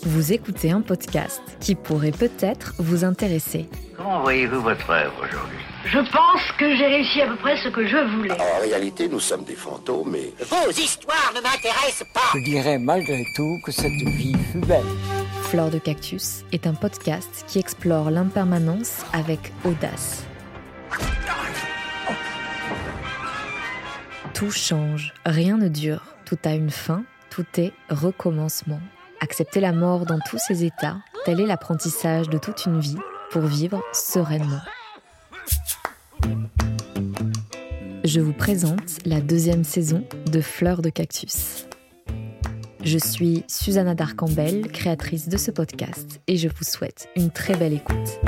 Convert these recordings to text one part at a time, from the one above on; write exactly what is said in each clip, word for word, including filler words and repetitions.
Vous écoutez un podcast qui pourrait peut-être vous intéresser. Comment voyez-vous votre œuvre aujourd'hui ? Je pense que j'ai réussi à peu près ce que je voulais. En réalité, nous sommes des fantômes, mais... Vos histoires ne m'intéressent pas. Je dirais malgré tout que cette vie fut belle. Fleur de Cactus est un podcast qui explore l'impermanence avec audace. Tout change, rien ne dure, tout a une fin, tout est recommencement. Accepter la mort dans tous ses états, tel est l'apprentissage de toute une vie pour vivre sereinement. Je vous présente la deuxième saison de Fleur de Cactus. Je suis Susanna Darcambel, créatrice de ce podcast, et je vous souhaite une très belle écoute.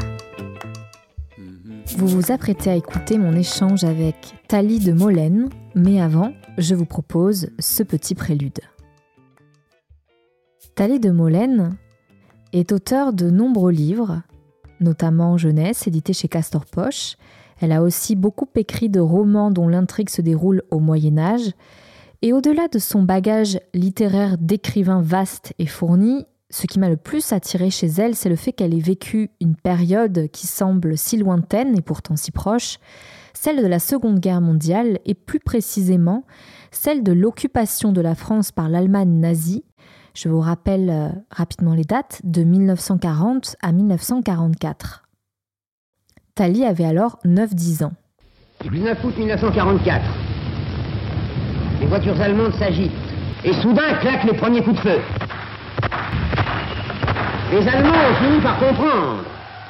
Vous vous apprêtez à écouter mon échange avec Thalie de Molène, mais avant, je vous propose ce petit prélude. Thalie de Molène est auteure de nombreux livres, notamment jeunesse, édité chez Castor Poche. Elle a aussi beaucoup écrit de romans dont l'intrigue se déroule au Moyen-Âge. Et au-delà de son bagage littéraire d'écrivain vaste et fourni, ce qui m'a le plus attiré chez elle, c'est le fait qu'elle ait vécu une période qui semble si lointaine et pourtant si proche, celle de la Seconde Guerre mondiale et plus précisément celle de l'occupation de la France par l'Allemagne nazie. Je vous rappelle euh, rapidement les dates, de dix-neuf cent quarante à dix-neuf cent quarante-quatre. Thalie avait alors neuf dix ans. dix-neuf août dix-neuf cent quarante-quatre. Les voitures allemandes s'agitent. Et soudain claquent les premiers coups de feu. Les Allemands ont fini par comprendre.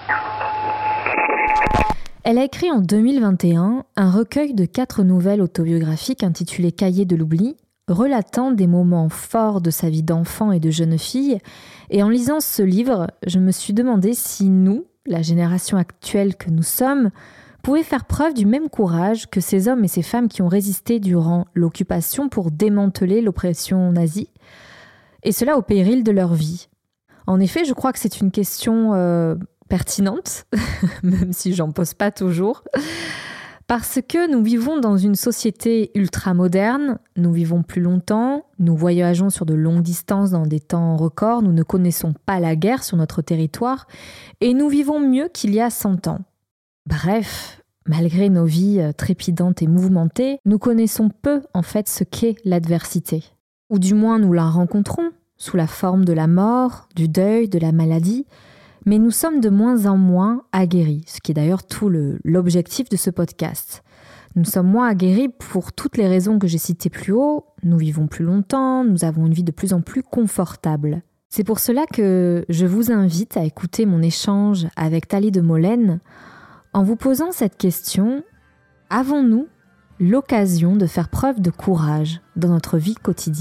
Elle a écrit en deux mille vingt et un un recueil de quatre nouvelles autobiographiques intitulées Cahiers de l'oubli, relatant des moments forts de sa vie d'enfant et de jeune fille. Et en lisant ce livre, je me suis demandé si nous, la génération actuelle que nous sommes, pouvions faire preuve du même courage que ces hommes et ces femmes qui ont résisté durant l'occupation pour démanteler l'oppression nazie, et cela au péril de leur vie. En effet, je crois que c'est une question euh, pertinente, même si j'en pose pas toujours, parce que nous vivons dans une société ultra-moderne, nous vivons plus longtemps, nous voyageons sur de longues distances dans des temps records, nous ne connaissons pas la guerre sur notre territoire, et nous vivons mieux qu'il y a cent ans. Bref, malgré nos vies trépidantes et mouvementées, nous connaissons peu en fait ce qu'est l'adversité. Ou du moins nous la rencontrons, sous la forme de la mort, du deuil, de la maladie, mais nous sommes de moins en moins aguerris, ce qui est d'ailleurs tout le, l'objectif de ce podcast. Nous sommes moins aguerris pour toutes les raisons que j'ai citées plus haut, nous vivons plus longtemps, nous avons une vie de plus en plus confortable. C'est pour cela que je vous invite à écouter mon échange avec Thalie de Molène en vous posant cette question: avons-nous l'occasion de faire preuve de courage dans notre vie quotidienne ?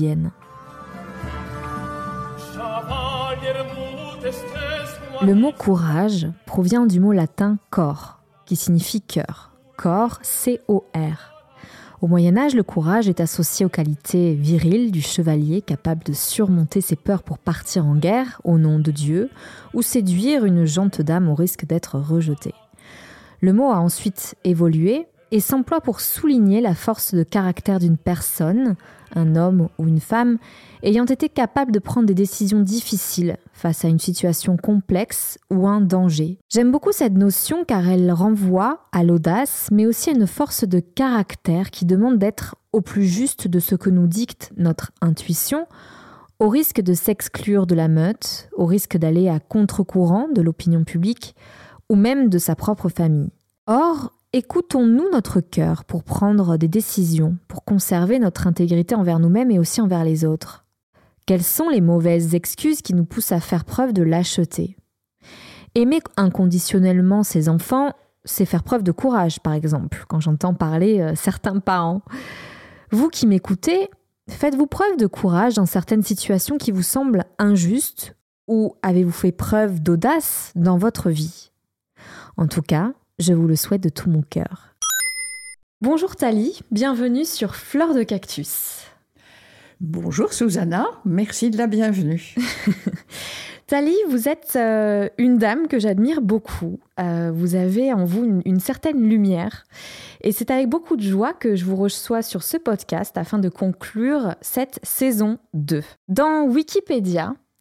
Le mot courage provient du mot latin cor, qui signifie cœur. Cor, C O R. Au Moyen-Âge, le courage est associé aux qualités viriles du chevalier capable de surmonter ses peurs pour partir en guerre au nom de Dieu ou séduire une gente dame au risque d'être rejetée. Le mot a ensuite évolué et s'emploie pour souligner la force de caractère d'une personne, un homme ou une femme, ayant été capable de prendre des décisions difficiles face à une situation complexe ou un danger. J'aime beaucoup cette notion car elle renvoie à l'audace, mais aussi à une force de caractère qui demande d'être au plus juste de ce que nous dicte notre intuition, au risque de s'exclure de la meute, au risque d'aller à contre-courant de l'opinion publique ou même de sa propre famille. Or, écoutons-nous notre cœur pour prendre des décisions, pour conserver notre intégrité envers nous-mêmes et aussi envers les autres ? Quelles sont les mauvaises excuses qui nous poussent à faire preuve de lâcheté ? Aimer inconditionnellement ses enfants, c'est faire preuve de courage, par exemple, quand j'entends parler euh, certains parents. Vous qui m'écoutez, faites-vous preuve de courage dans certaines situations qui vous semblent injustes ou avez-vous fait preuve d'audace dans votre vie ? En tout cas, je vous le souhaite de tout mon cœur. Bonjour Thalie, bienvenue sur Fleur de Cactus. Bonjour Susanna, merci de la bienvenue. Thalie, vous êtes euh, une dame que j'admire beaucoup. Euh, vous avez en vous une, une certaine lumière. Et c'est avec beaucoup de joie que je vous reçois sur ce podcast afin de conclure cette saison deux. Dans Wikipédia,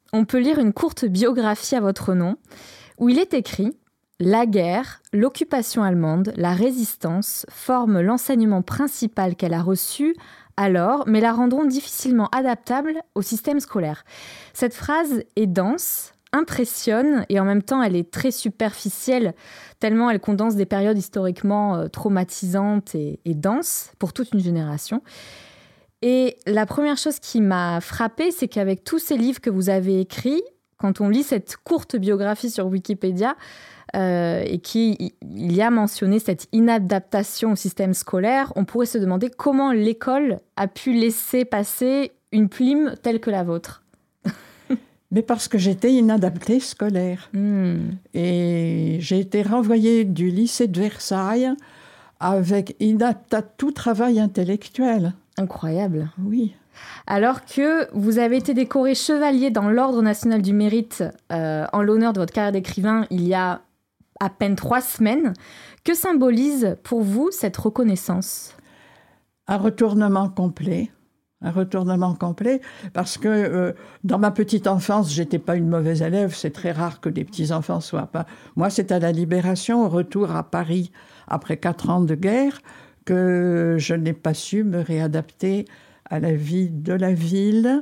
on peut lire une courte biographie à votre nom, où il est écrit « La guerre, l'occupation allemande, la résistance forment l'enseignement principal qu'elle a reçu alors, mais la rendront difficilement adaptable au système scolaire. » Cette phrase est dense, impressionne, et en même temps, elle est très superficielle, tellement elle condense des périodes historiquement euh, traumatisantes et, et denses pour toute une génération. Et la première chose qui m'a frappée, c'est qu'avec tous ces livres que vous avez écrits, quand on lit cette courte biographie sur Wikipédia, euh, et qu'il y a mentionné cette inadaptation au système scolaire, on pourrait se demander comment l'école a pu laisser passer une plume telle que la vôtre. Mais parce que j'étais inadaptée scolaire. Mmh. Et j'ai été renvoyée du lycée de Versailles avec inapte à tout travail intellectuel. Incroyable. Oui. Alors que vous avez été décoré chevalier dans l'Ordre national du mérite euh, en l'honneur de votre carrière d'écrivain il y a à peine trois semaines. Que symbolise pour vous cette reconnaissance ? Un retournement complet. Un retournement complet, parce que euh, dans ma petite enfance, j'étais pas une mauvaise élève. C'est très rare que des petits-enfants soient pas... Moi, c'est à la Libération, au retour à Paris, après quatre ans de guerre, que je n'ai pas su me réadapter à la vie de la ville,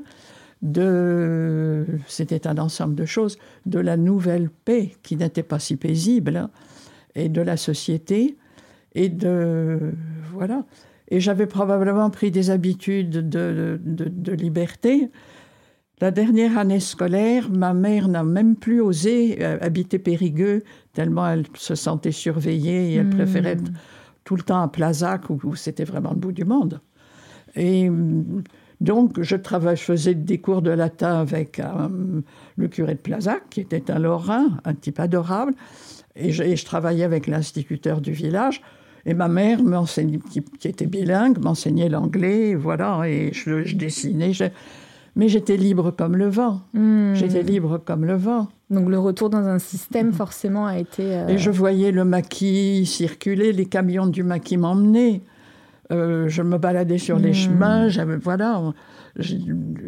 de... c'était un ensemble de choses, de la nouvelle paix, qui n'était pas si paisible, hein, et de la société, et de... voilà... Et j'avais probablement pris des habitudes de, de, de liberté. La dernière année scolaire, ma mère n'a même plus osé habiter Périgueux, tellement elle se sentait surveillée et elle mmh. préférait être tout le temps à Plazac, où, où c'était vraiment le bout du monde. Et donc, je, travaille, je faisais des cours de latin avec un, le curé de Plazac, qui était un Lorrain, un type adorable, et je, et je travaillais avec l'instituteur du village. Et ma mère, qui, qui était bilingue, m'enseignait l'anglais, voilà, et je, je dessinais. Je... Mais j'étais libre comme le vent. Mmh. J'étais libre comme le vent. Donc le retour dans un système, forcément, a été... Euh... Et je voyais le maquis circuler, les camions du maquis m'emmenaient. Euh, je me baladais sur les mmh. chemins, j'avais, voilà. Je...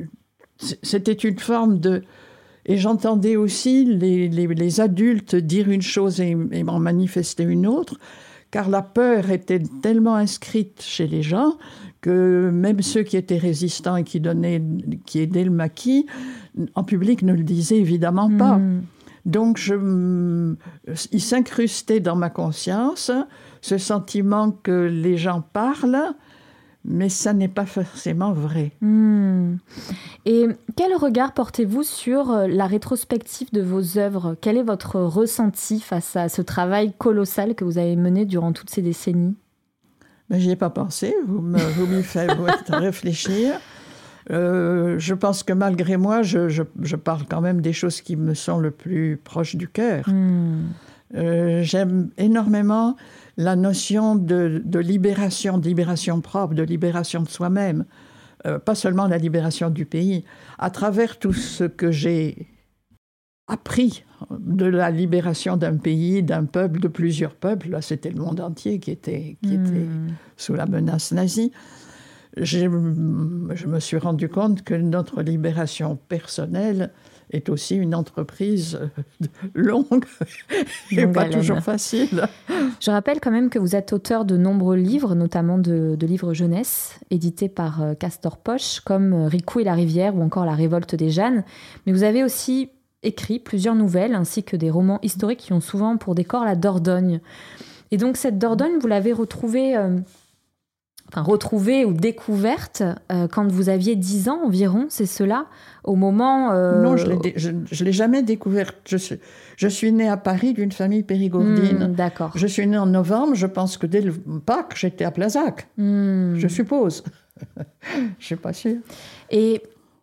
C'était une forme de... Et j'entendais aussi les, les, les adultes dire une chose et, et m'en manifester une autre, car la peur était tellement inscrite chez les gens que même ceux qui étaient résistants et qui, donnaient, qui aidaient le maquis, en public ne le disaient évidemment pas. Mmh. Donc, je, il s'incrustait dans ma conscience ce sentiment que les gens parlent, mais ça n'est pas forcément vrai. Mmh. Et quel regard portez-vous sur la rétrospective de vos œuvres ? Quel est votre ressenti face à ce travail colossal que vous avez mené durant toutes ces décennies ? Ben, j'y ai pas pensé, vous me, vous m'y faites réfléchir. Euh, je pense que malgré moi, je, je, je parle quand même des choses qui me sont le plus proches du cœur. Mmh. Euh, j'aime énormément la notion de, de libération, de libération propre, de libération de soi-même. Euh, pas seulement la libération du pays. À travers tout ce que j'ai appris de la libération d'un pays, d'un peuple, de plusieurs peuples, là c'était le monde entier qui était, qui mmh. était sous la menace nazie, je, je me suis rendu compte que notre libération personnelle est aussi une entreprise longue et longue pas haleine. Toujours facile. Je rappelle quand même que vous êtes auteur de nombreux livres, notamment de, de livres jeunesse, édités par Castor Poche, comme Ricou et la rivière ou encore La révolte des Jeannes. Mais vous avez aussi écrit plusieurs nouvelles ainsi que des romans historiques qui ont souvent pour décor la Dordogne. Et donc cette Dordogne, vous l'avez retrouvée... Euh, Enfin, retrouvée ou découverte euh, quand vous aviez dix ans environ, c'est cela, au moment... Euh... Non, je ne l'ai, je, je l'ai jamais découverte. Je suis, je suis née à Paris d'une famille périgourdine. Mmh, d'accord. Je suis née en novembre, je pense que dès le Pâques, j'étais à Plazac, mmh. je suppose. Je ne suis pas sûre. Et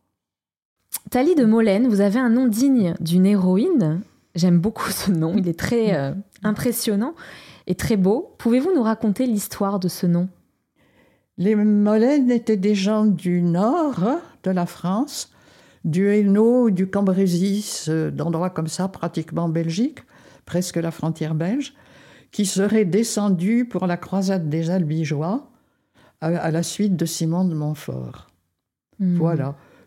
Thalie de Molène, vous avez un nom digne d'une héroïne. J'aime beaucoup ce nom, il est très euh, impressionnant et très beau. Pouvez-vous nous raconter l'histoire de ce nom ? Les Molènes étaient des gens du nord de la France, du Hainaut, du Cambrésis, d'endroits comme ça, pratiquement Belgique, presque la frontière belge, qui seraient descendus pour la croisade des Albigeois à, à la suite de Simon de Montfort. Mmh. Voilà.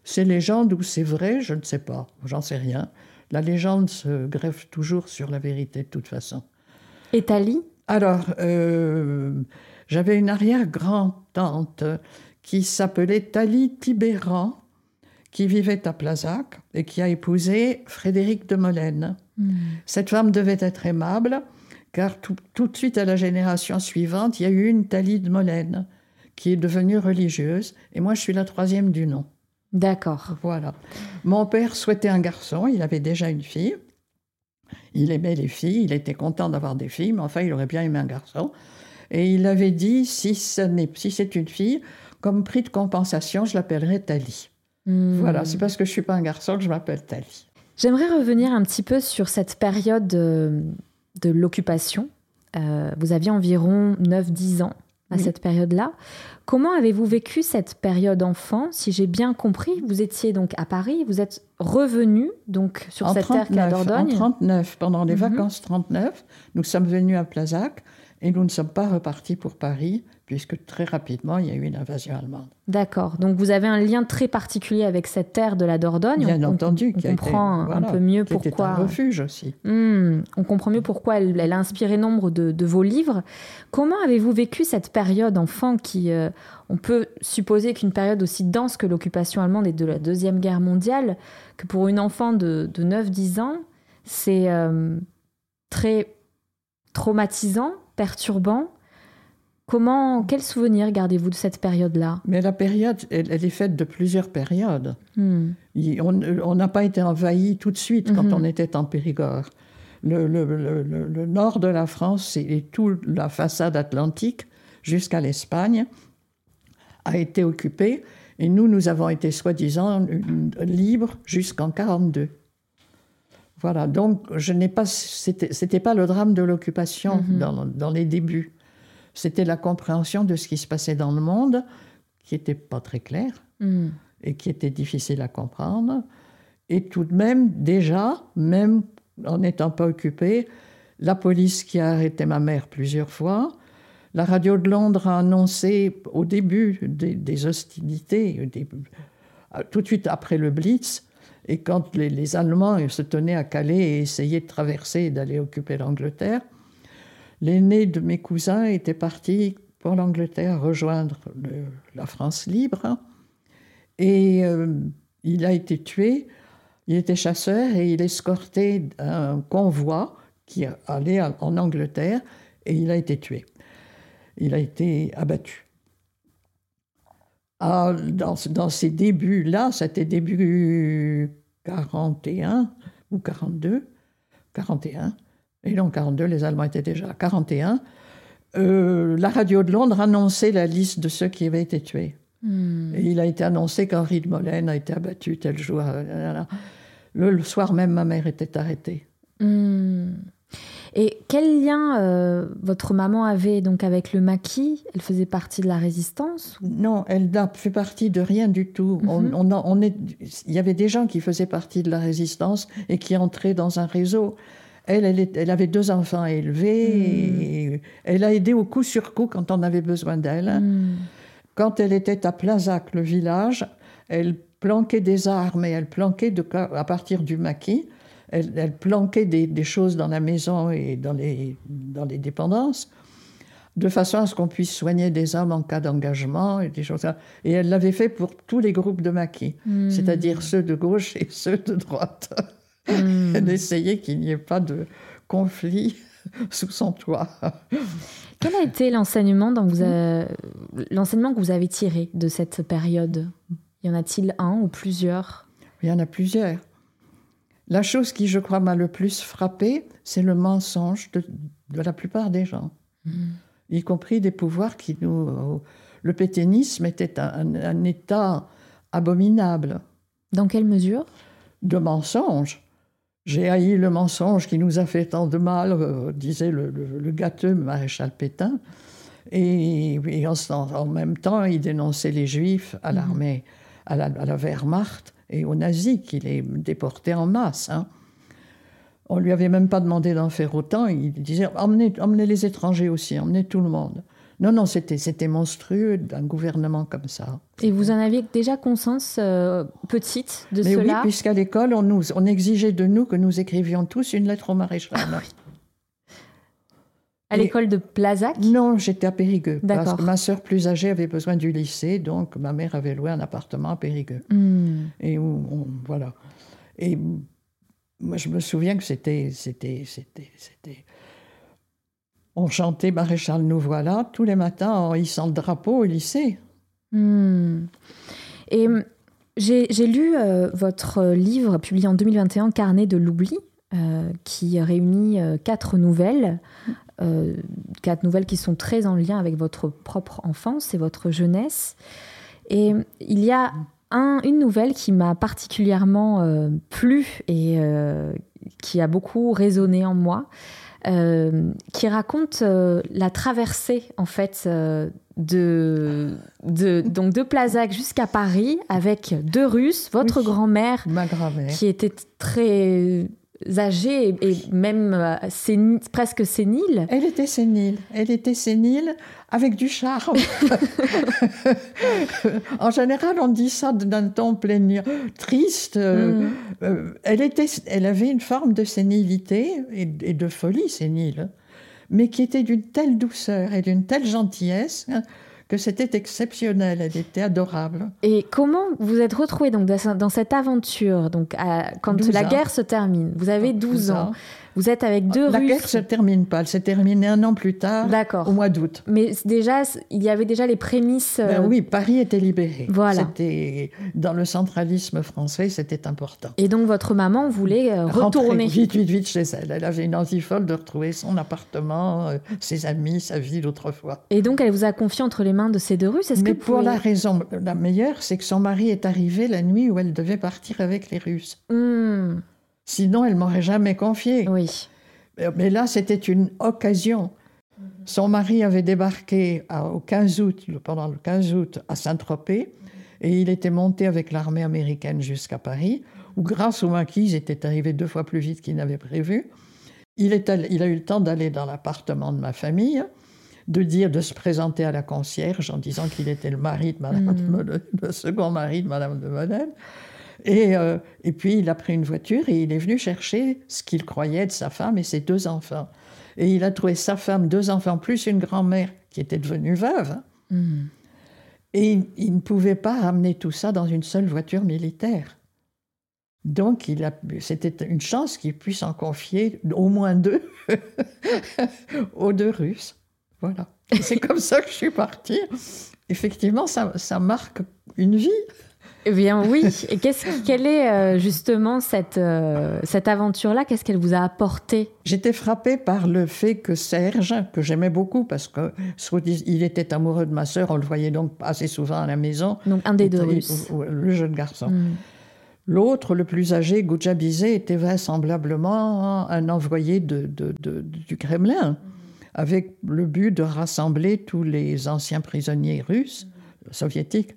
C'est légende ou c'est vrai, je ne sais pas, j'en sais rien. La légende se greffe toujours sur la vérité de toute façon. Et Thalie ? Alors, euh, j'avais une arrière-grand-tante qui s'appelait Thalie Tibéran, qui vivait à Plazac et qui a épousé Frédéric de Molène. Mmh. Cette femme devait être aimable, car tout, tout de suite à la génération suivante, il y a eu une Thalie de Molène qui est devenue religieuse, et moi je suis la troisième du nom. D'accord. Voilà. Mon père souhaitait un garçon, il avait déjà une fille. Il aimait les filles, il était content d'avoir des filles, mais enfin il aurait bien aimé un garçon. Et il avait dit, si, ce n'est, si c'est une fille, comme prix de compensation, je l'appellerai Thalie. Mmh. Voilà, c'est parce que je ne suis pas un garçon que je m'appelle Thalie. J'aimerais revenir un petit peu sur cette période de, de l'occupation. Euh, vous aviez environ neuf dix ans à oui. cette période-là. Comment avez-vous vécu cette période enfant ? Si j'ai bien compris, vous étiez donc à Paris, vous êtes revenu donc sur en cette terre qu'est la Dordogne. En trente-neuf, pendant les mmh. vacances trente-neuf, nous sommes venus à Plazac et nous ne sommes pas repartis pour Paris, puisque très rapidement, il y a eu une invasion allemande. D'accord. Donc, vous avez un lien très particulier avec cette terre de la Dordogne. Bien on, entendu. On, on qui comprend a été, voilà, un peu mieux qui pourquoi... Était un refuge aussi. Mmh, on comprend mieux pourquoi elle, elle a inspiré nombre de, de vos livres. Comment avez-vous vécu cette période enfant qui... Euh, on peut supposer qu'une période aussi dense que l'occupation allemande et de la Deuxième Guerre mondiale, que pour une enfant de, de neuf dix ans, c'est euh, très traumatisant, perturbant. Comment, quels souvenirs gardez-vous de cette période-là ? Mais la période, elle, elle est faite de plusieurs périodes. Hmm. On n'a pas été envahi tout de suite quand mm-hmm. on était en Périgord. Le, le, le, le, le nord de la France et toute la façade atlantique jusqu'à l'Espagne a été occupée. Et nous, nous avons été soi-disant libres jusqu'en quarante-deux. Voilà, donc je n'ai pas, c'était, c'était pas le drame de l'occupation mm-hmm. dans, dans les débuts. C'était la compréhension de ce qui se passait dans le monde, qui n'était pas très clair mm. et qui était difficile à comprendre. Et tout de même, déjà, même en n'étant pas occupé, la police qui a arrêté ma mère plusieurs fois, la radio de Londres a annoncé au début des, des hostilités, des, tout de suite après le Blitz, et quand les, les Allemands se tenaient à Calais et essayaient de traverser et d'aller occuper l'Angleterre, l'aîné de mes cousins était parti pour l'Angleterre rejoindre le, la France libre. Et euh, il a été tué. Il était chasseur et il escortait un convoi qui allait en Angleterre et il a été tué. Il a été abattu. Ah, dans, dans ces débuts-là, c'était début quarante et un ou quarante-deux, quarante et un. Et non, quarante-deux, les Allemands étaient déjà à quarante et un. Euh, la radio de Londres annonçait la liste de ceux qui avaient été tués. Mmh. Et il a été annoncé qu'Henri de Molène a été abattu tel jour. Le, le soir même, ma mère était arrêtée. Mmh. Et quel lien euh, votre maman avait donc avec le maquis ? Elle faisait partie de la résistance ou... Non, elle n'a fait partie de rien du tout. Mmh. On, on, on est, il y avait des gens qui faisaient partie de la résistance et qui entraient dans un réseau. Elle, elle, est, elle avait deux enfants à élever mmh. et elle a aidé au coup sur coup quand on avait besoin d'elle. Mmh. Quand elle était à Plazac, le village, elle planquait des armes et elle planquait de, à partir du maquis. Elle, elle planquait des, des choses dans la maison et dans les, dans les dépendances, de façon à ce qu'on puisse soigner des hommes en cas d'engagement et des choses comme ça. Et elle l'avait fait pour tous les groupes de maquis, mmh. c'est-à-dire ceux de gauche et ceux de droite. Mmh. Elle essayait qu'il n'y ait pas de conflit sous son toit. Quel a été l'enseignement, dont vous a... l'enseignement que vous avez tiré de cette période ? Y en a-t-il un ou plusieurs ? Il y en a plusieurs. La chose qui, je crois, m'a le plus frappée, c'est le mensonge de, de la plupart des gens, mmh. y compris des pouvoirs qui nous... Le pétainisme était un, un État abominable. Dans quelle mesure ? De mensonge. J'ai haï le mensonge qui nous a fait tant de mal, euh, disait le, le, le gâteux maréchal Pétain. Et, et en, en même temps, il dénonçait les Juifs à l'armée, à la, à la Wehrmacht et aux nazis qui les déportaient en masse. Hein. On ne lui avait même pas demandé d'en faire autant. Il disait emmenez, emmenez les étrangers aussi, emmenez tout le monde. Non, non, c'était, c'était monstrueux d'un gouvernement comme ça. Et vous en aviez déjà conscience euh, petite de Mais cela? oui, puisqu'à l'école, on, nous, on exigeait de nous que nous écrivions tous une lettre au maréchal. Ah, oui. À Et l'école de Plazac? Non, j'étais à Périgueux. D'accord. Parce que ma sœur plus âgée avait besoin du lycée, donc ma mère avait loué un appartement à Périgueux. Mm. Et où, on, voilà. Et moi, je me souviens que c'était, c'était, c'était, c'était... On chantait Maréchal, nous voilà, tous les matins en hissant le drapeau au lycée. Mmh. Et j'ai, j'ai lu euh, votre livre publié en deux mille vingt et un, Carnet de l'oubli, euh, qui réunit euh, quatre nouvelles, euh, quatre nouvelles qui sont très en lien avec votre propre enfance et votre jeunesse. Et il y a un, une nouvelle qui m'a particulièrement euh, plu et euh, qui a beaucoup résonné en moi. Euh, qui raconte euh, la traversée en fait euh, de, de, donc de Plazac jusqu'à Paris avec deux Russes, votre oui, grand-mère, ma grand-mère qui était très âgée et, et même euh, sénile, presque sénile. Elle était sénile, elle était sénile avec du charme. En général, on dit ça d'un ton plaignant, triste. Mm. Euh, elle, était, elle avait une forme de sénilité et, et de folie sénile, mais qui était d'une telle douceur et d'une telle gentillesse que c'était exceptionnel, elle était adorable. Et comment vous êtes retrouvée donc dans cette aventure donc à, quand la ans. guerre se termine? Vous avez douze ans. Vous êtes avec deux la Russes. La guerre ne se termine pas, elle s'est terminée un an plus tard, D'accord. au mois d'août. Mais déjà, il y avait déjà les prémices... Ben oui, Paris était libéré. Voilà. C'était, dans le centralisme français, c'était important. Et donc votre maman voulait euh, retourner. Rentrer vite, vite, vite chez elle. Elle avait une envie folle de retrouver son appartement, euh, ses amis, sa vie d'autrefois. Et donc elle vous a confié entre les mains de ces deux Russes. Est-ce Mais que pour pouvez... la raison la meilleure, c'est que son mari est arrivé la nuit où elle devait partir avec les Russes. Mmh. Sinon, elle m'aurait jamais confié. Oui. Mais là, c'était une occasion. Son mari avait débarqué au quinze août, pendant le quinze août à Saint-Tropez, et il était monté avec l'armée américaine jusqu'à Paris, où grâce au maquis, ils étaient arrivés deux fois plus vite qu'il n'avait prévu. Il, est allé, il a eu le temps d'aller dans l'appartement de ma famille, de dire, de se présenter à la concierge en disant qu'il était le mari de Madame mmh. de Modène, le second mari de Madame de Modène. Et, euh, et puis, il a pris une voiture et il est venu chercher ce qu'il croyait de sa femme et ses deux enfants. Et il a trouvé sa femme, deux enfants, plus une grand-mère qui était devenue veuve. Mmh. Et il, il ne pouvait pas ramener tout ça dans une seule voiture militaire. Donc, il a, c'était une chance qu'il puisse en confier au moins deux aux deux Russes. Voilà. Et c'est comme ça que je suis partie. Effectivement, ça, ça marque une vie. Eh bien oui, et qu'est-ce, quelle est euh, justement cette, euh, cette aventure-là? Qu'est-ce qu'elle vous a apporté? J'étais frappée par le fait que Serge, que j'aimais beaucoup parce qu'il était amoureux de ma sœur, on le voyait donc assez souvent à la maison. Donc un des deux Russes. Le jeune garçon. Mm. L'autre, le plus âgé, Goudja Bizet, était vraisemblablement un envoyé de, de, de, du Kremlin, mm. avec le but de rassembler tous les anciens prisonniers russes, mm. soviétiques.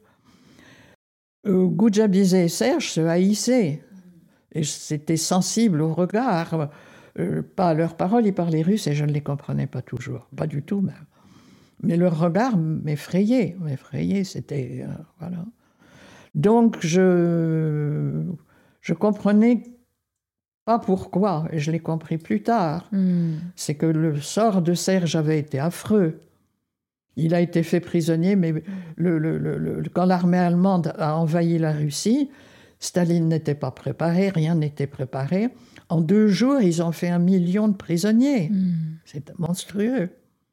Euh, Goudja Bizet et Serge se haïssaient. Et c'était sensible au regard. Euh, pas à leurs paroles, ils parlaient russe et je ne les comprenais pas toujours. Pas du tout, même. Mais leur regard m'effrayait. M'effrayait, c'était... Euh, voilà. Donc, je... Je comprenais pas pourquoi, et je l'ai compris plus tard. Mm. C'est que le sort de Serge avait été affreux. Il a été fait prisonnier, mais le, le, le, le, quand l'armée allemande a envahi la Russie, Staline n'était pas préparé, rien n'était préparé. En deux jours, ils ont fait un million de prisonniers. Mm. C'est monstrueux.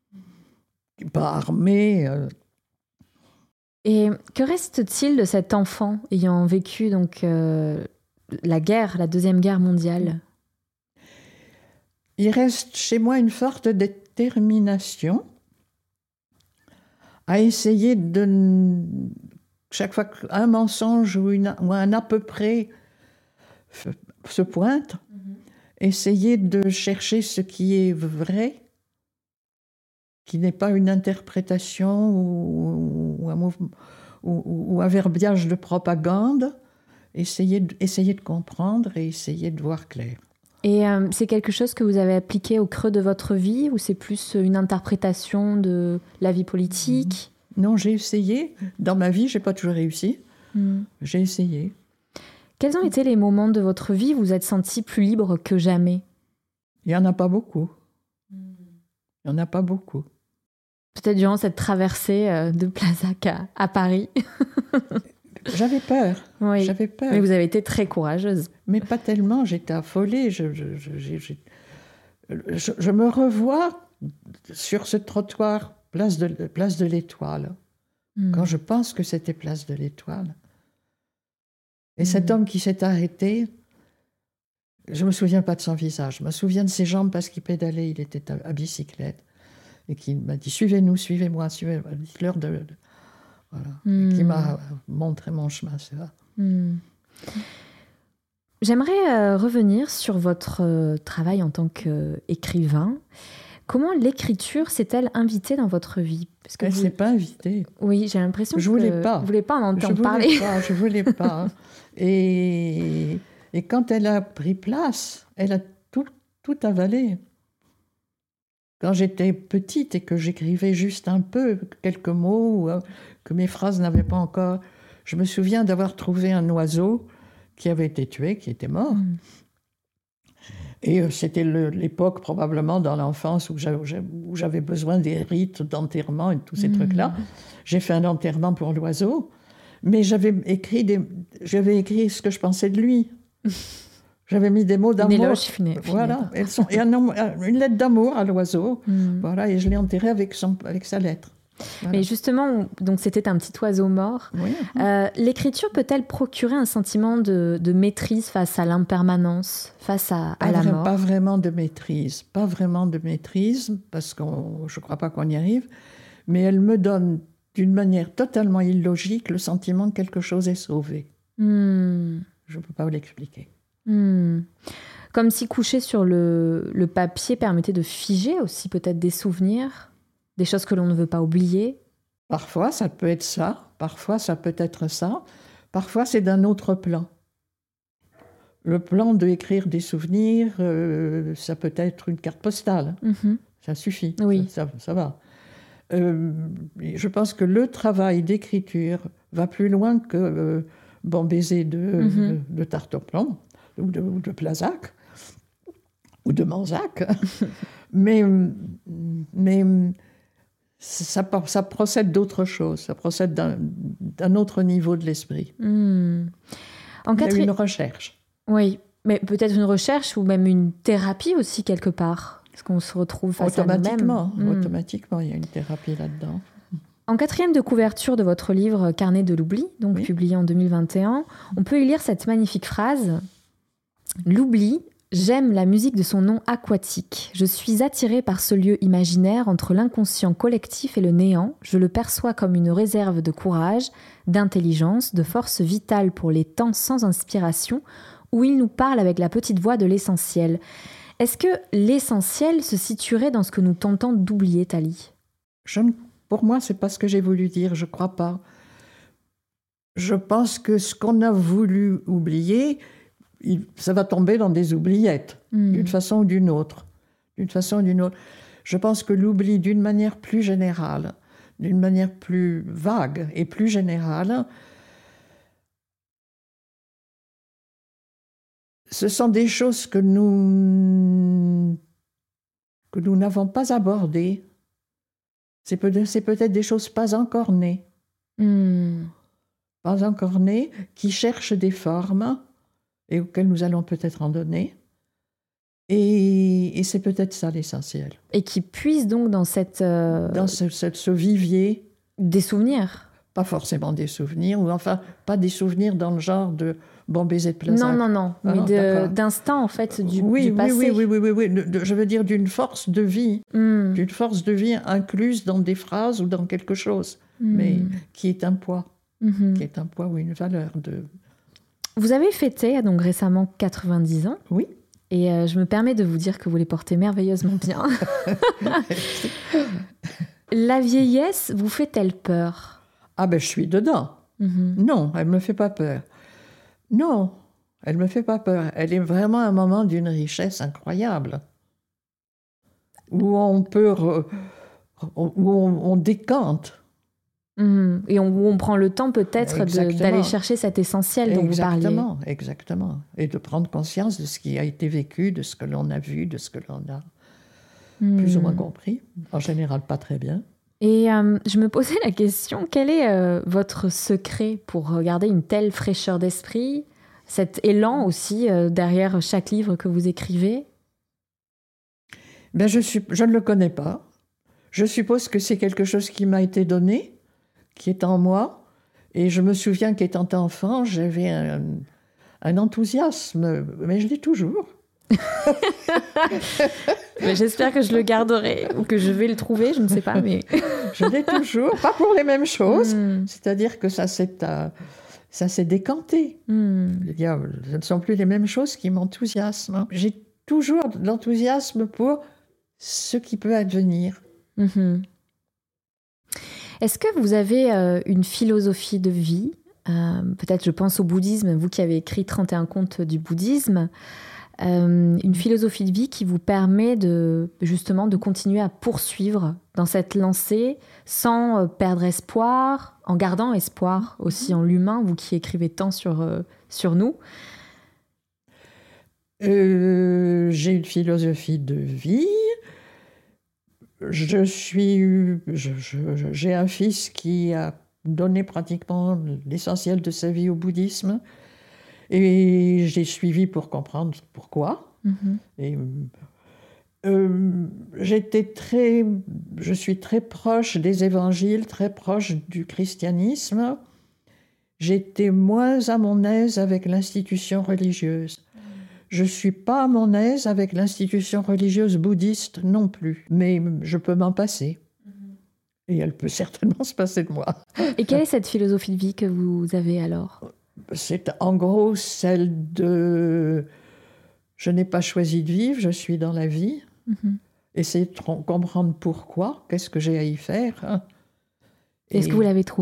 Pas armés. Euh... Et que reste-t-il de cet enfant ayant vécu donc, euh, la guerre, la Deuxième Guerre mondiale? Il reste chez moi une forte détermination à essayer de, chaque fois qu'un mensonge ou, une, ou un à peu près se pointe, mm-hmm. essayer de chercher ce qui est vrai, qui n'est pas une interprétation ou, ou, un, mouvement, ou, ou un verbiage de propagande, essayer de, essayer de comprendre et essayer de voir clair. Et euh, c'est quelque chose que vous avez appliqué au creux de votre vie ou c'est plus une interprétation de la vie politique ? Non, j'ai essayé. Dans ma vie, j'ai pas toujours réussi. Mm. J'ai essayé. Quels ont été les moments de votre vie où vous vous êtes senti plus libre que jamais ? Il n'y en a pas beaucoup. Mm. Il n'y en a pas beaucoup. Peut-être durant cette traversée de Plazac à, à Paris. J'avais peur. Oui. J'avais peur. Mais vous avez été très courageuse. Mais pas tellement. J'étais affolée. Je, je, je, je, je, je me revois sur ce trottoir, place de, place de l'Étoile, mm. quand je pense que c'était place de l'Étoile. Et mm. cet homme qui s'est arrêté, je ne me souviens pas de son visage. Je me souviens de ses jambes parce qu'il pédalait. Il était à, à bicyclette. Et qui m'a dit « Suivez-nous, suivez-moi, suivez-moi. » Dites-leur de... de voilà. Mm. Et qui m'a montré mon chemin, c'est vrai. Mm. J'aimerais euh, revenir sur votre euh, travail en tant qu'écrivain. Comment l'écriture s'est-elle invitée dans votre vie ? Parce que Elle ne vous... s'est pas invitée. Oui, j'ai l'impression je que voulais pas. vous ne voulez pas en entendre je parler. Voulais pas, je ne voulais pas. Hein. Et... Et quand elle a pris place, elle a tout, tout avalé. Quand j'étais petite et que j'écrivais juste un peu, quelques mots, ou, euh, que mes phrases n'avaient pas encore... Je me souviens d'avoir trouvé un oiseau qui avait été tué, qui était mort. Mm. Et euh, c'était le, l'époque, probablement, dans l'enfance, où j'avais, où j'avais besoin des rites d'enterrement et tous ces mm. trucs-là. J'ai fait un enterrement pour l'oiseau, mais j'avais écrit, des, j'avais écrit ce que je pensais de lui. J'avais mis des mots d'amour. Une éloge funèbre. Voilà. Elles sont, et un, une lettre d'amour à l'oiseau. Mm. Voilà, et je l'ai enterré avec, son, avec sa lettre. Voilà. Mais justement, donc c'était un petit oiseau mort. Oui. Euh, l'écriture peut-elle procurer un sentiment de, de maîtrise face à l'impermanence, face à, à la vrai, mort ? Pas vraiment de maîtrise. Pas vraiment de maîtrise, parce que je ne crois pas qu'on y arrive. Mais elle me donne, d'une manière totalement illogique, le sentiment que quelque chose est sauvé. Mm. Je ne peux pas vous l'expliquer. Hmm. Comme si coucher sur le, le papier permettait de figer aussi peut-être des souvenirs, des choses que l'on ne veut pas oublier. Parfois, ça peut être ça. Parfois, ça peut être ça. Parfois, c'est d'un autre plan. Le plan d'écrire des souvenirs, euh, ça peut être une carte postale. Mm-hmm. Ça suffit. Oui. Ça, ça, ça va. Euh, je pense que le travail d'écriture va plus loin que euh, Bon baiser de, mm-hmm. de, de tarte au plomb. Ou de, ou de Plazac, ou de Manzac. mais mais ça, ça procède d'autre chose, ça procède d'un, d'un autre niveau de l'esprit. Mmh. En Il y a quatri... une recherche. Oui, mais peut-être une recherche ou même une thérapie aussi quelque part. Est-ce qu'on se retrouve face à nous-mêmes ? Automatiquement, mmh. automatiquement, il y a une thérapie là-dedans. En quatrième de couverture de votre livre « Carnet de l'oubli », donc oui. publié en deux mille vingt et un, on peut y lire cette magnifique phrase « L'oubli, j'aime la musique de son nom aquatique. Je suis attirée par ce lieu imaginaire entre l'inconscient collectif et le néant. Je le perçois comme une réserve de courage, d'intelligence, de force vitale pour les temps sans inspiration, où il nous parle avec la petite voix de l'essentiel. » Est-ce que l'essentiel se situerait dans ce que nous tentons d'oublier, Thalie ? Je ne Pour moi, ce n'est pas ce que j'ai voulu dire, je ne crois pas. Je pense que ce qu'on a voulu oublier, il, ça va tomber dans des oubliettes, mmh. d'une façon ou d'une autre. D'une façon ou d'une autre. Je pense que l'oubli, d'une manière plus générale, d'une manière plus vague et plus générale, ce sont des choses que nous, que nous n'avons pas abordées. C'est, peut- c'est peut-être des choses pas encore nées. Mmh. Pas encore nées, qui cherchent des formes et auxquelles nous allons peut-être en donner. Et, et c'est peut-être ça l'essentiel. Et qui puise donc dans cette... Euh, dans ce, ce, ce vivier. Des souvenirs. Pas forcément des souvenirs, ou enfin, pas des souvenirs dans le genre de bon baiser de Plazac. Non, non, non, ah mais non, de, d'instinct, en fait, du, oui, du passé. Oui, oui, oui, oui, oui, oui. De, je veux dire d'une force de vie, mm. d'une force de vie incluse dans des phrases ou dans quelque chose, mm. mais qui est un poids, mm-hmm. qui est un poids ou une valeur. De... Vous avez fêté donc récemment quatre-vingt-dix ans. Oui. Et euh, je me permets de vous dire que vous les portez merveilleusement bien. La vieillesse vous fait-elle peur ? Ah ben, je suis dedans. Mm-hmm. Non, elle ne me fait pas peur. Non, Elle ne me fait pas peur. Elle est vraiment un moment d'une richesse incroyable, où on peut... Re... où on, on décante. Mmh. Et on, où on prend le temps peut-être de, d'aller chercher cet essentiel dont exactement, vous parliez. Exactement, et de prendre conscience de ce qui a été vécu, de ce que l'on a vu, de ce que l'on a mmh. plus ou moins compris. En général, pas très bien. Et euh, je me posais la question, quel est euh, votre secret pour garder une telle fraîcheur d'esprit, cet élan aussi euh, derrière chaque livre que vous écrivez? Ben, je, suis, je ne le connais pas. Je suppose que c'est quelque chose qui m'a été donné, qui est en moi. Et je me souviens qu'étant enfant, j'avais un, un enthousiasme, mais je l'ai toujours. Mais j'espère que je le garderai ou que je vais le trouver, je ne sais pas. Mais je l'ai toujours, pas pour les mêmes choses. Mm. C'est-à-dire que ça s'est, euh, ça s'est décanté. Mm. Il y a, ce ne sont plus les mêmes choses qui m'enthousiasment. J'ai toujours de l'enthousiasme pour ce qui peut advenir. Mm-hmm. Est-ce que vous avez euh, une philosophie de vie euh, peut-être je pense au bouddhisme, vous qui avez écrit trente et un contes du bouddhisme, euh, une philosophie de vie qui vous permet de, justement de continuer à poursuivre dans cette lancée sans perdre espoir, en gardant espoir aussi en l'humain, vous qui écrivez tant sur, euh, sur nous. Euh, j'ai une philosophie de vie. Je suis, je, je, j'ai un fils qui a donné pratiquement l'essentiel de sa vie au bouddhisme, et j'ai suivi pour comprendre pourquoi. Mm-hmm. Et euh, j'étais très, je suis très proche des évangiles, très proche du christianisme. J'étais moins à mon aise avec l'institution religieuse. Je ne suis pas à mon aise avec l'institution religieuse bouddhiste non plus, mais je peux m'en passer. Et elle peut certainement se passer de moi. Et quelle est cette philosophie de vie que vous avez alors ? C'est en gros celle de « je n'ai pas choisi de vivre, je suis dans la vie mm-hmm. ». Essayer de comprendre pourquoi, qu'est-ce que j'ai à y faire. Hein. Est-ce Et que vous l'avez trouvé ?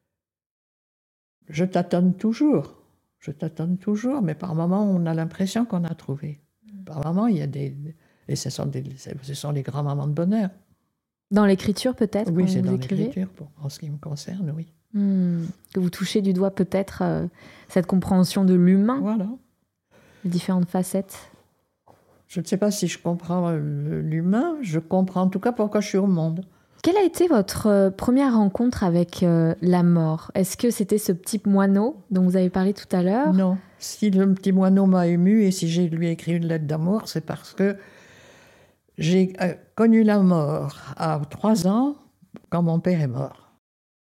Je tâtonne toujours. Je tâtonne toujours, mais par moments, on a l'impression qu'on a trouvé. Par moments, il y a des... Et ce sont, des, ce sont les grands moments de bonheur. Dans l'écriture, peut-être ? Oui, c'est vous dans écrivez. l'écriture, pour, en ce qui me concerne, oui. Mmh. Que vous touchez du doigt, peut-être, euh, cette compréhension de l'humain. Voilà. Les différentes facettes. Je ne sais pas si je comprends l'humain, je comprends en tout cas pourquoi je suis au monde. Quelle a été votre euh, première rencontre avec euh, la mort ? Est-ce que c'était ce petit moineau dont vous avez parlé tout à l'heure ? Non. Si le petit moineau m'a ému et si j'ai lui écrit une lettre d'amour, c'est parce que j'ai euh, connu la mort à trois ans quand mon père est mort.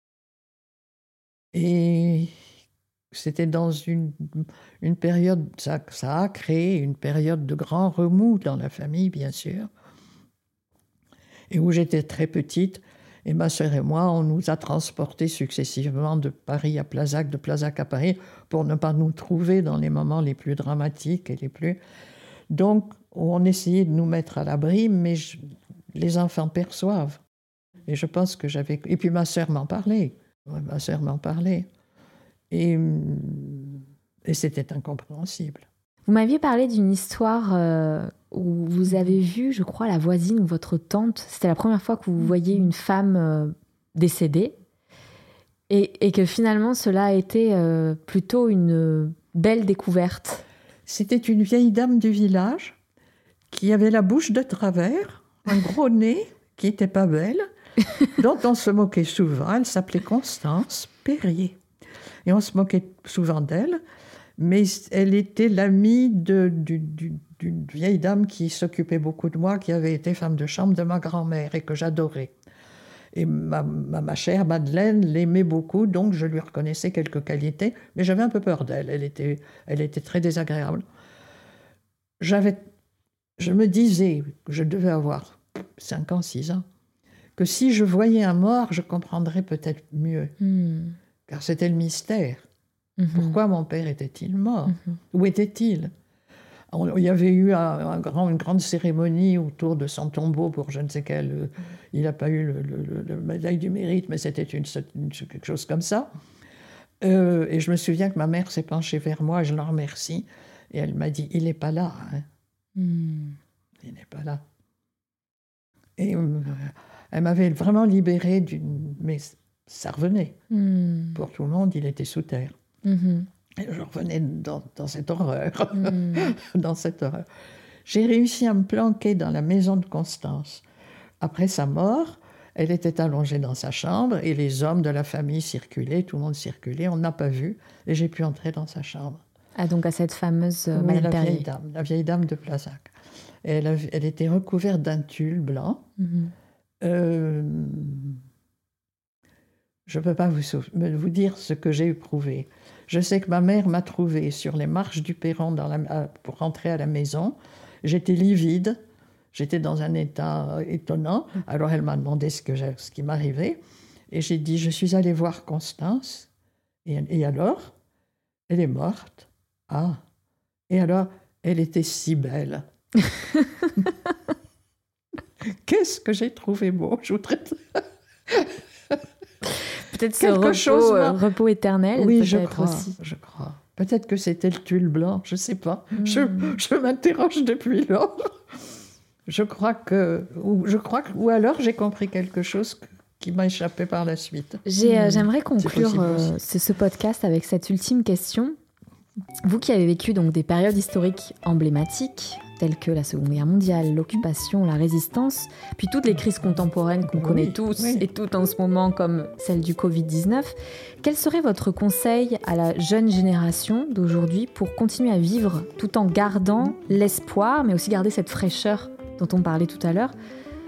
Et c'était dans une, une période, ça, ça a créé une période de grand remous dans la famille, bien sûr. Et où j'étais très petite, et ma sœur et moi, on nous a transportés successivement de Paris à Plazac, de Plazac à Paris, pour ne pas nous trouver dans les moments les plus dramatiques et les plus... Donc, on essayait de nous mettre à l'abri, mais je... les enfants perçoivent. Et je pense que j'avais... Et puis ma sœur m'en parlait. Ouais, ma sœur m'en parlait. Et, et c'était incompréhensible. Vous m'aviez parlé d'une histoire... Euh... où vous avez vu, je crois, la voisine ou votre tante, c'était la première fois que vous voyiez une femme euh, décédée, et, et que finalement cela a été euh, plutôt une belle découverte. C'était une vieille dame du village qui avait la bouche de travers, un gros nez qui n'était pas belle, dont on se moquait souvent. Elle s'appelait Constance Perrier. Et on se moquait souvent d'elle, mais elle était l'amie de, du... du d'une vieille dame qui s'occupait beaucoup de moi, qui avait été femme de chambre de ma grand-mère et que j'adorais. Et ma, ma, ma chère Madeleine l'aimait beaucoup, donc je lui reconnaissais quelques qualités, mais j'avais un peu peur d'elle, elle était, elle était très désagréable. J'avais, je me disais que je devais avoir cinq ans, six ans, que si je voyais un mort, je comprendrais peut-être mieux, mmh. car c'était le mystère. Mmh. Pourquoi mon père était-il mort ? Mmh. Où était-il ? Il y avait eu un, un grand, une grande cérémonie autour de son tombeau pour je ne sais quel... Euh, il n'a pas eu le, le, le, le médaille du mérite, mais c'était une, une, quelque chose comme ça. Euh, et je me souviens que ma mère s'est penchée vers moi, je l'en remercie, et elle m'a dit, il n'est pas là. Hein. Mm. Il n'est pas là. Et euh, elle m'avait vraiment libérée d'une... Mais ça revenait. Mm. Pour tout le monde, il était sous terre. Mm-hmm. Et je revenais dans, dans cette horreur. Mm. dans cette horreur. J'ai réussi à me planquer dans la maison de Constance. Après sa mort, elle était allongée dans sa chambre et les hommes de la famille circulaient, tout le monde circulait, on n'a pas vu, et j'ai pu entrer dans sa chambre. Ah, donc à cette fameuse euh, oui, la vieille dame, la vieille dame de Plazac. Et elle, avait, elle était recouverte d'un tulle blanc. Mm-hmm. Euh, je ne peux pas vous, vous dire ce que j'ai éprouvé. Je sais que ma mère m'a trouvée sur les marches du perron dans la, pour rentrer à la maison. J'étais livide. J'étais dans un état étonnant. Alors, elle m'a demandé ce, que ce qui m'arrivait. Et j'ai dit, je suis allée voir Constance. Et, et alors, elle est morte. Ah. Et alors, elle était si belle. Qu'est-ce que j'ai trouvé beau. Je voudrais... Peut-être ce repos, chose, euh, repos éternel. Oui, je crois, aussi. je crois. Peut-être que c'était le tulle blanc, je ne sais pas. Mm. Je, je m'interroge depuis lors. Je crois que, ou, je crois que, ou alors j'ai compris quelque chose qui m'a échappé par la suite. J'ai, euh, j'aimerais conclure euh, ce, ce podcast avec cette ultime question. Vous qui avez vécu donc des périodes historiques emblématiques, telles que la Seconde Guerre mondiale, l'occupation, la résistance, puis toutes les crises contemporaines qu'on oui, connaît tous oui. et toutes en ce moment, comme celle du covid dix-neuf, quel serait votre conseil à la jeune génération d'aujourd'hui pour continuer à vivre tout en gardant l'espoir, mais aussi garder cette fraîcheur dont on parlait tout à l'heure?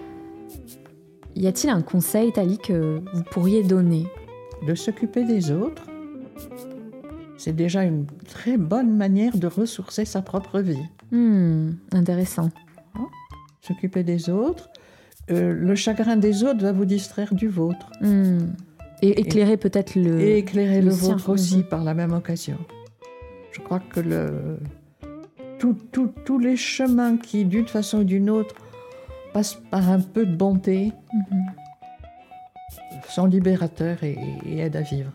Y a-t-il un conseil, Thalie, que vous pourriez donner? De s'occuper des autres, c'est déjà une très bonne manière de ressourcer sa propre vie. Mmh, intéressant. Hein? S'occuper des autres. Euh, le chagrin des autres va vous distraire du vôtre. Mmh. Et éclairer et, peut-être le Et éclairer le, le vôtre sien. aussi Mmh. par la même occasion. Je crois que le, tout, tout, tous les chemins qui, d'une façon ou d'une autre, passent par un peu de bonté, mmh. sont libérateurs et, et aident à vivre.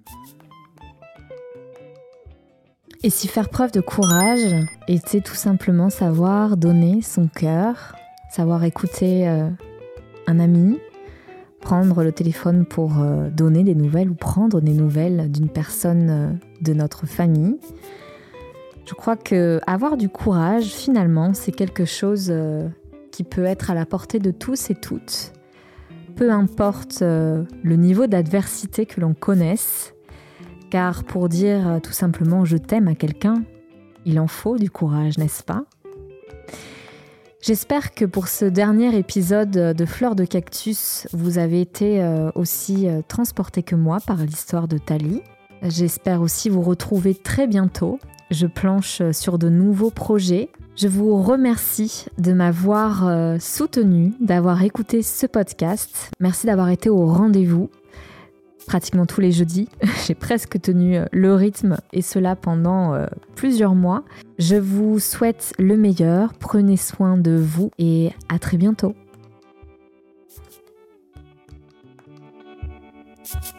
Et si faire preuve de courage était tout simplement savoir donner son cœur, savoir écouter euh, un ami, prendre le téléphone pour euh, donner des nouvelles ou prendre des nouvelles d'une personne euh, de notre famille, je crois qu'avoir du courage, finalement, c'est quelque chose euh, qui peut être à la portée de tous et toutes. Peu importe euh, le niveau d'adversité que l'on connaisse, car pour dire tout simplement « je t'aime » à quelqu'un, il en faut du courage, n'est-ce pas ? J'espère que pour ce dernier épisode de Fleurs de Cactus, vous avez été aussi transportés que moi par l'histoire de Thalie. J'espère aussi vous retrouver très bientôt. Je planche sur de nouveaux projets. Je vous remercie de m'avoir soutenu, d'avoir écouté ce podcast. Merci d'avoir été au rendez-vous. Pratiquement tous les jeudis. J'ai presque tenu le rythme et cela pendant euh, plusieurs mois. Je vous souhaite le meilleur, prenez soin de vous et à très bientôt.